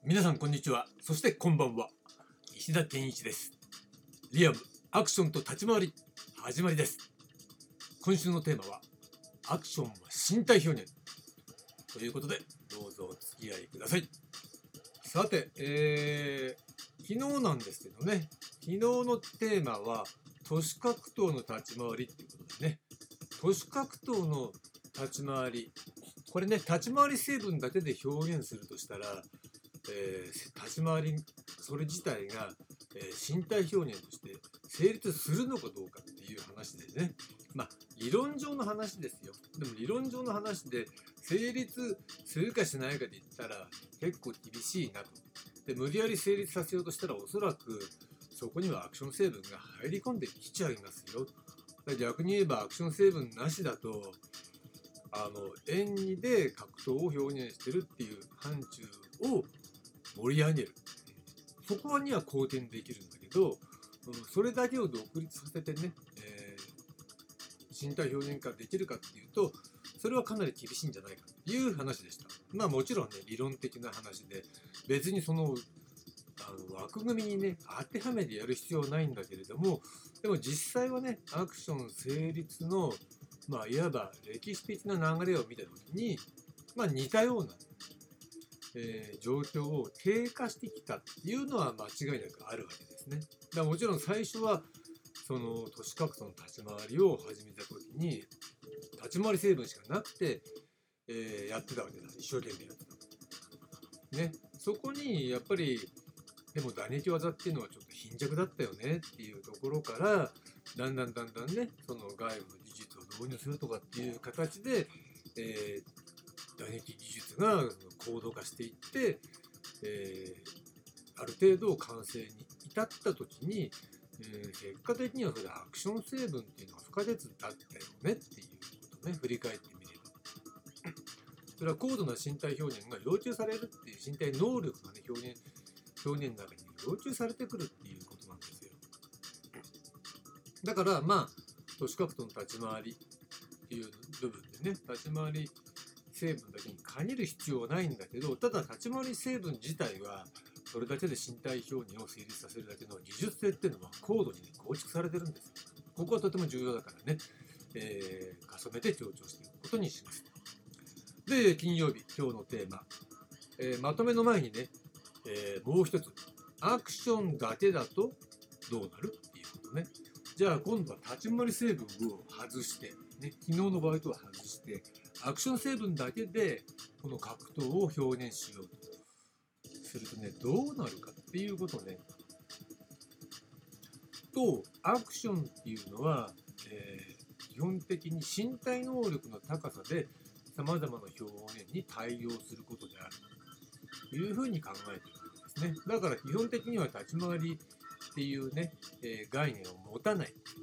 皆さんこんにちは。そしてこんばんは。石田健一です。リアムアクションと立ち回り始まりです。今週のテーマはアクションは身体表現ということで、どうぞお付き合いください。さて、昨日なんですけどね、昨日のテーマは都市格闘の立ち回りっていうことでね、都市格闘の立ち回り、これね、立ち回り成分だけで表現するとしたら、立ち回りそれ自体が、身体表現として成立するのかどうかっていう話でね、まあ理論上の話ですよ。でも理論上の話で成立するかしないかで言ったら結構厳しいなと。で無理やり成立させようとしたらおそらくそこにはアクション成分が入り込んできちゃいますよ。逆に言えばアクション成分なしだと演技で格闘を表現してるっていう範疇を盛り上げる、そこには好転できるんだけど、それだけを独立させてね、身体表現化できるかっていうとそれはかなり厳しいんじゃないかという話でした。まあもちろんね理論的な話で別にその枠組みにね当てはめてやる必要はないんだけれども、でも実際はねアクション成立のいわば歴史的な流れを見た時に、似たような状況を低下してきたっていうのは間違いなくあるわけですね。だからもちろん最初はその都市格闘の立ち回りを始めた時に立ち回り成分しかなくて、やってたわけだ。一生懸命やってた。ね、そこにやっぱりでも打撃技っていうのはちょっと貧弱だったよねっていうところからだんだんねその外部の技術を導入するとかっていう形で、打撃技術が高度化していって、ある程度完成に至った時に、結果的にはそれアクション成分っていうのが不可欠だったよねっていうことね、振り返ってみればそれは高度な身体表現が要求されるっていう身体能力がね表現の中に要求されてくるっていうことなんですよ。だから都市格闘の立ち回りっていう部分でね、立ち回り成分だけに限る必要はないんだけど、ただ立ち回り成分自体はそれだけで身体表現を成立させるだけの技術性っていうのは高度に、構築されてるんですよ。ここはとても重要だからね、重ねて強調していくことにします。で、金曜日、今日のテーマ、まとめの前にね、もう一つ、アクションだけだとどうなるっていうことね。じゃあ今度は立ち回り成分を外して、ね、昨日の場合とは外してアクション成分だけでこの格闘を表現しようとするとね、どうなるかっていうことね。とアクションっていうのは、基本的に身体能力の高さでさまざまな表現に対応することであるというふうに考えているわけですね。だから基本的には立ち回りっていうね、概念を持た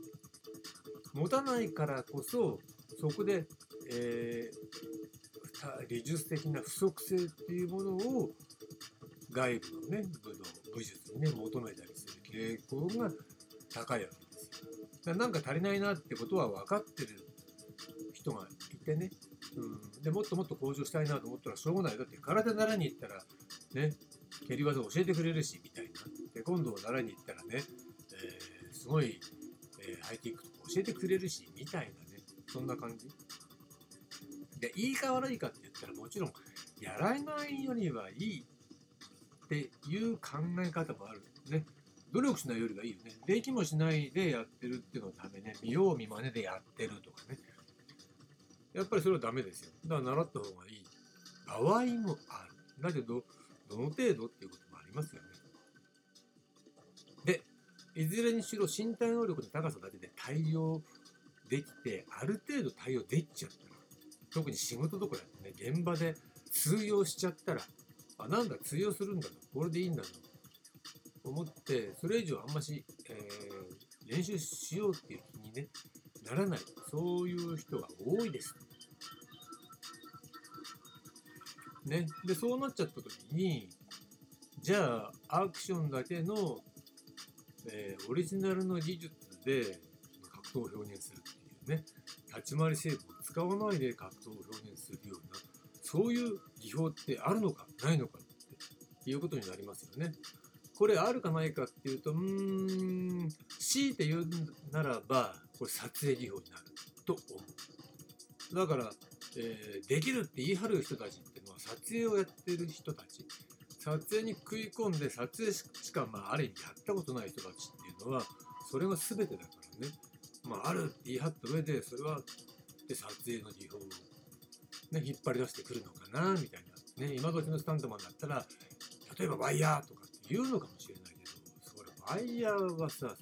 ないからこそそこで、技術的な不足性っていうものを外部のね武術にね求めたりする傾向が高いわけですよ。だからなんか足りないなってことは分かってる人がいてね、でもっともっと向上したいなと思ったらしょうがない。だって空手習いに行ったらね蹴り技を教えてくれるしみたいな。で今度習いに行ったらね、すごい、ハイキックとか教えてくれるしみたいなね、そんな感じで、いいか悪いかって言ったらもちろんやらないよりはいいっていう考え方もあるね。努力しないよりはいいよね。できもしないでやってるっていうのためね、見よう見まねでやってるとかね、やっぱりそれはダメですよ。だから習った方がいい場合もある。だけどどの程度っていうこともありますよね。で、いずれにしろ身体能力の高さだけで対応できて、ある程度対応できちゃったら、特に仕事とかやってね、現場で通用しちゃったら、なんだ通用するんだと、これでいいんだと思って、それ以上あんまし、練習しようっていう気に、ね、ならない、そういう人が多いです。ね、でそうなっちゃった時に、じゃあアクションだけのオリジナルの技術で格闘を表現するっていうね、立ち回り成分を使わないで格闘を表現するような、そういう技法ってあるのかないのかっていうことになりますよね。これあるかないかっていうと、強いて言うならば、これ撮影技法になると思う。だから、できるって言い張る人たちっていうのは、撮影をやってる人たち、撮影に食い込んで、撮影しか、ある意味やったことない人たちっていうのは、それが全てだからね。あるって言い張った上で、それはで撮影の技法を、ね、引っ張り出してくるのかなみたいな、ね、今時のスタントマンだったら、例えばワイヤーとかって言うのかもしれないけど、それワイヤーはさ、それ、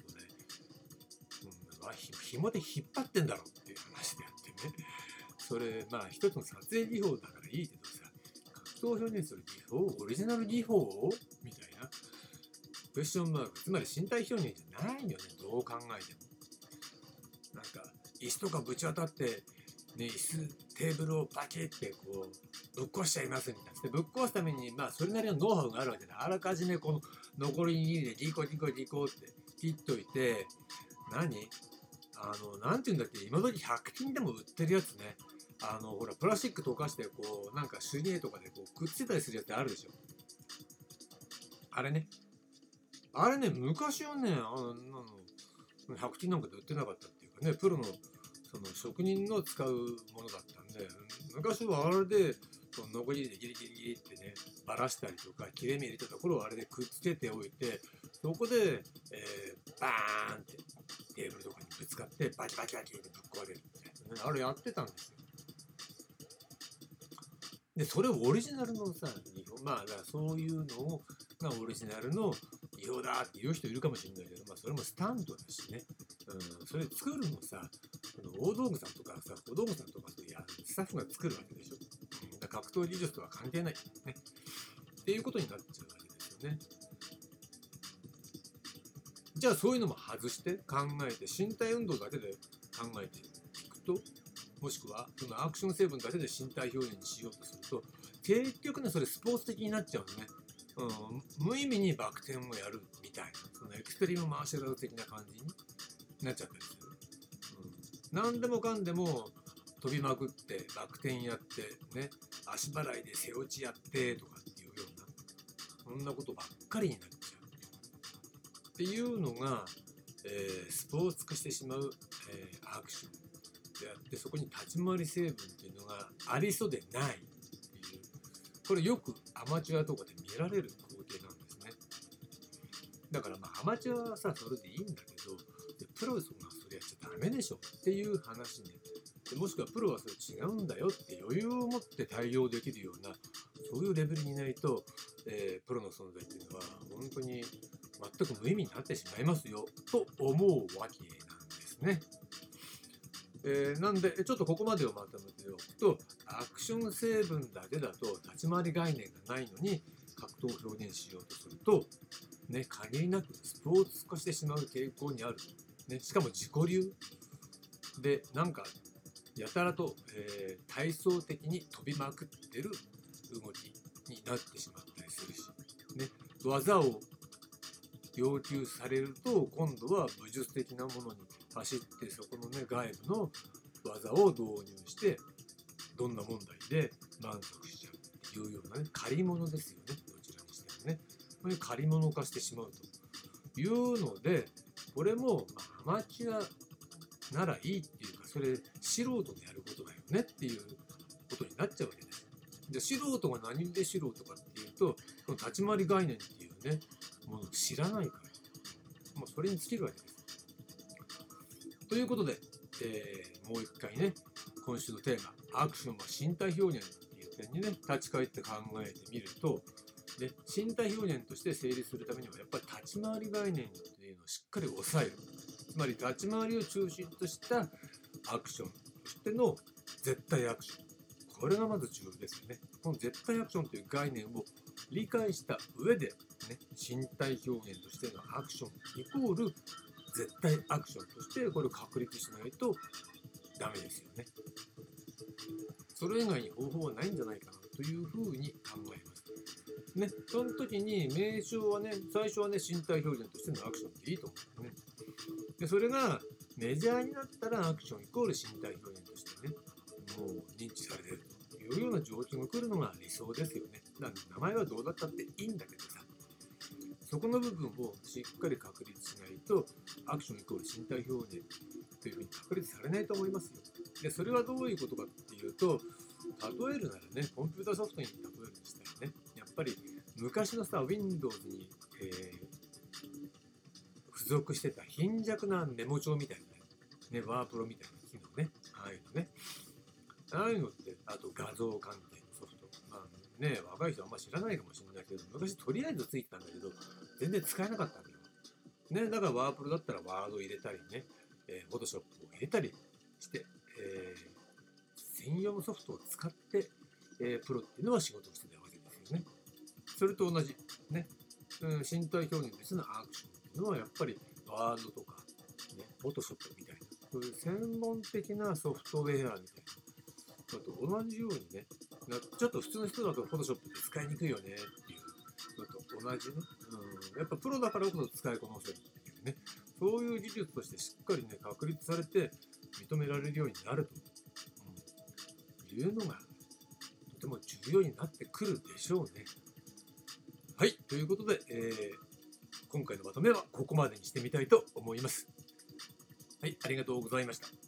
紐で引っ張ってんだろっていう話であってね、それ一つの撮影技法だからいいけどさ、格闘表現する技法、オリジナル技法みたいなクエスチョンマーク、つまり身体表現じゃないよね、どう考えても。なんか椅子とかぶち当たって、ね、椅子テーブルをパキってこうぶっ壊しちゃいますみたいな。でぶっ壊すためにそれなりのノウハウがあるわけで、あらかじめこの残り握りでギコって切っといて、なんて言うんだっけ、今時100均でも売ってるやつね。ほらプラスチック溶かしてこうなんか手芸とかでこうくっつけたりするやつあるでしょ。あれね昔はね100均なんかで売ってなかったっていうかね、プロのその職人の使うものだったんで、昔はあれで残りでギリってねばらしたりとか、切れ目入れたところをあれでくっつけておいて、そこで、バーンってテーブルとかにぶつかってバキってぶっ壊れるみたいなね、あれやってたんですよ。でそれをオリジナルのさ技法、だからそういうのがオリジナルの技法だって言う人いるかもしれないけど、それもスタントだしね、それ作るのさ、大道具さんとかさ、小道具さんとかスタッフが作るわけでしょ。だから格闘技術とは関係ないねっていうことになっちゃうわけですよね。じゃあそういうのも外して考えて、身体運動だけで考えていくと、もしくはそのアクション成分だけで身体表現にしようとすると、結局ねそれスポーツ的になっちゃうのね。無意味にバク転をやるみたいな、そのエクストリームマーシャル的な感じになっちゃったりする。何でもかんでも飛びまくってバク転やってね、足払いで背落ちやってとかっていうような、そんなことばっかりになっちゃうっていうのが、スポーツ化してしまう、アクションであって、そこに立ち回り成分っていうのがありそうでないっていう、これよくアマチュアとかで見られる光景なんですね。だからアマチュアはさそれでいいんだけど、プロはそれやっちゃダメでしょっていう話ね。もしくはプロはそれ違うんだよって余裕を持って対応できるような、そういうレベルにないと、プロの存在っていうのは本当に全く無意味になってしまいますよと思うわけなんですね。なんでちょっとここまでをまとめておくと、アクション成分だけだと立ち回り概念がないのに格闘を表現しようとすると、限りなくスポーツ化してしまう傾向にある、しかも自己流でやたらと、体操的に飛びまくってる動きになってしまったりするし、技を要求されると今度は武術的なものに走って、そこの外部の技を導入してどんな問題で満足しちゃうっていうような借り物ですよね、どちらにしてもね。これ借り物化してしまうというので、これもアマチュアならいいっていうか、それ素人のやることだよねっていうことになっちゃうわけです。で素人が何で素人かっていうと、その立ち回り概念っていうものを知らないから、もうそれに尽きるわけです。ということで、もう一回今週のテーマ、アクションは身体表現っていう点に立ち返って考えてみると、身体表現として成立するためにはやっぱり立ち回り概念っていうのをしっかり抑える。つまり立ち回りを中心としたアクションとしての絶対アクション。これがまず重要ですよね。この絶対アクションという概念を理解した上で、身体表現としてのアクションイコール絶対アクションとしてこれを確立しないとダメですよね。それ以外に方法はないんじゃないかなというふうに考えます。その時に名称は最初は身体表現としてのアクションでいいと思うんですね。でそれがメジャーになったらアクションイコール身体表現としてもう認知されているといいうような状況が来るのが理想ですよね。だから名前はどうだったっていいんだけどさ、そこの部分をしっかり確立しないと、アクションイコール身体表現というふうに確立されないと思いますよ。で、それはどういうことかっていうと、例えるならね、コンピュータソフトに例えるにしたらね、やっぱり昔のさ、Windows に、付属してた貧弱なメモ帳みたいなね、ワープロみたいな機能ね、ああいうのね、ああいうのって、あと画像関係のソフト、ね、若い人はあんま知らないかもしれないけど、昔とりあえずついてたんだけど、全然使えなかったんだよ。ね、だからワープロだったらワード入れたりね、フォトショップを入れたりして、専用のソフトを使って、プロっていうのは仕事をしてたわけですよね。それと同じ、ね、身体表現別のアクションっていうのはやっぱりワードとか、ね、フォトショップみたいな、そういう専門的なソフトウェアみたいなのと同じようにね、ちょっと普通の人だとフォトショップって使いにくいよねっていうのと同じね、やっぱプロだからこそ使いこなせるっていうね、そういう技術としてしっかりね、確立されて認められるようになると、いうのがとても重要になってくるでしょうね。はい、ということで、今回のまとめはここまでにしてみたいと思います。はい、ありがとうございました。